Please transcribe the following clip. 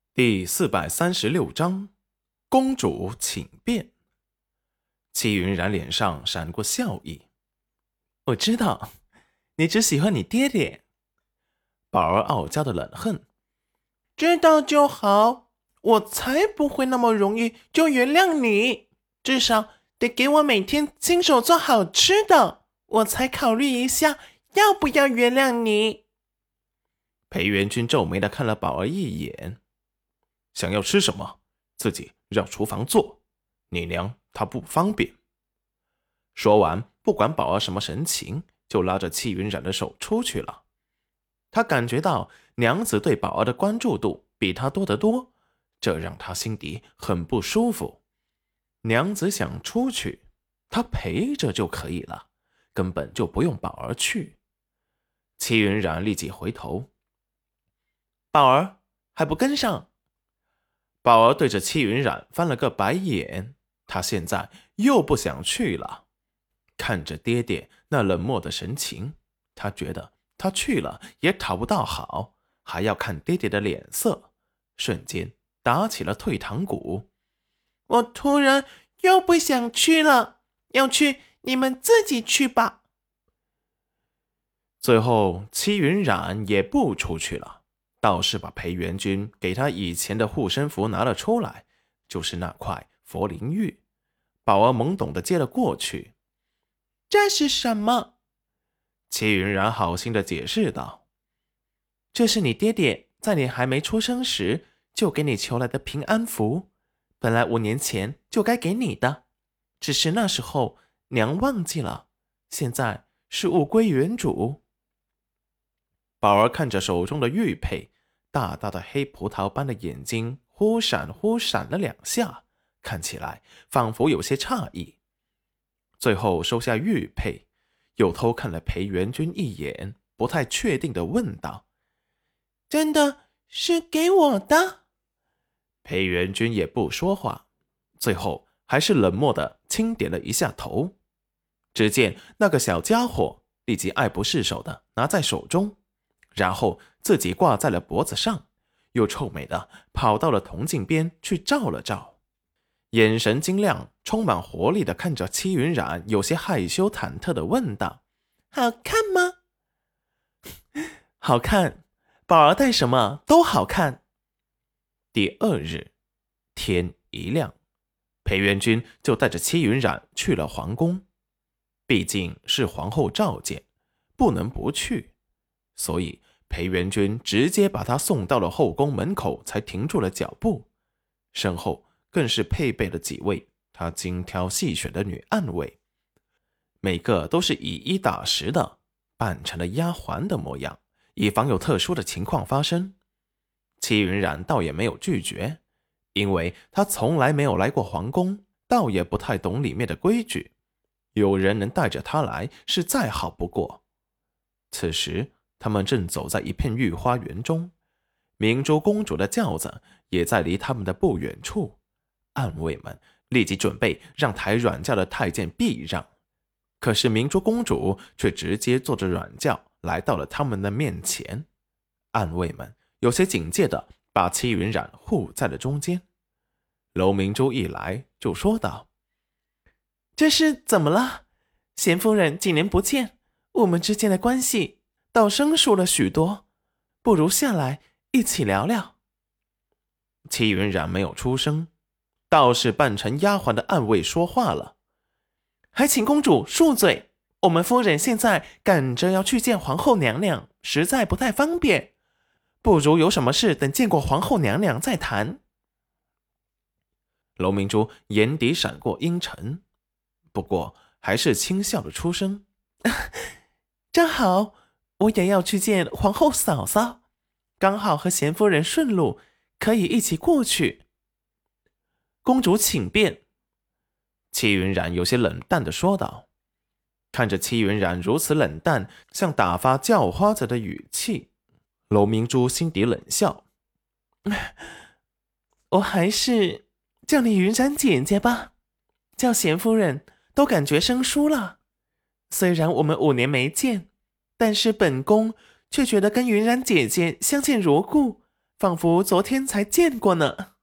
第436章，公主请便。戚云染脸上闪过笑意。我知道，你只喜欢你爹爹。宝儿傲娇的冷哼。 知道就好，我才不会那么容易就原谅你，至少得给我每天亲手做好吃的，我才考虑一下要不要原谅你。 裴元君皱眉的看了宝儿一眼。想要吃什么，自己让厨房做，你娘她不方便。说完，不管宝儿什么神情，就拉着戚云染的手出去了。他感觉到娘子对宝儿的关注度比他多得多，这让他心底很不舒服。娘子想出去，他陪着就可以了，根本就不用宝儿去。戚云染立即回头， 宝儿还不跟上？ 宝儿对着戚云染翻了个白眼，他现在又不想去了。看着爹爹那冷漠的神情，他觉得他去了也讨不到好，还要看爹爹的脸色，瞬间打起了退堂鼓。 我突然又不想去了，要去你们自己去吧。 最后戚云染也不出去了，倒是把裴元君给他以前的护身符拿了出来，就是那块佛灵玉。宝儿懵懂的接了过去。 这是什么？ 戚云染好心的解释道， 这是你爹爹在你还没出生时就给你求来的平安符，本来5年前就该给你的，只是那时候娘忘记了，现在是物归原主。 宝儿看着手中的玉佩，大大的黑葡萄般的眼睛忽闪忽闪了2下，看起来仿佛有些诧异。最后收下玉佩，又偷看了裴元君一眼，不太确定地问道： 真的是给我的？ 裴元君也不说话，最后还是冷漠地轻点了一下头。只见那个小家伙立即爱不释手地拿在手中，然后自己挂在了脖子上，又臭美地跑到了铜镜边去照了照，眼神晶亮，充满活力地看着戚云染，有些害羞忐忑地问道： 好看吗？ 好看，宝儿戴什么都好看。 第2日，天一亮，裴元君就带着戚云染去了皇宫。毕竟是皇后召见，不能不去，所以裴元君直接把他送到了后宫门口，才停住了脚步。身后更是配备了几位他精挑细选的女暗卫，每个都是以一打十的扮成了丫鬟的模样，以防有特殊的情况发生。戚云染倒也没有拒绝，因为他从来没有来过皇宫，倒也不太懂里面的规矩，有人能带着他来是再好不过。此时他们正走在一片御花园中，明珠公主的轿子也在离他们的不远处，暗卫们立即准备让抬软轿的太监避让，可是明珠公主却直接坐着软轿来到了他们的面前。暗卫们有些警戒的把戚云染护在了中间。楼明珠一来就说道： 这是怎么了？贤夫人几年不见，我们之间的关系倒生疏了许多，不如下来一起聊聊。 戚云染没有出声，倒是扮成丫鬟的暗卫说话了： 还请公主恕罪，我们夫人现在赶着要去见皇后娘娘，实在不太方便，不如有什么事等见过皇后娘娘再谈。 楼明珠眼底闪过阴沉，不过还是轻笑了出声： 正好我也要去见皇后嫂嫂，刚好和贤夫人顺路，可以一起过去。公主请便。 戚云染有些冷淡地说道。看着戚云染如此冷淡，像打发叫花子的语气，楼明珠心底冷笑： 我还是叫你云染姐姐吧，叫贤夫人都感觉生疏了。虽然我们5年没见，但是本宫却觉得跟云染姐姐相见如故， 仿佛昨天才见过呢。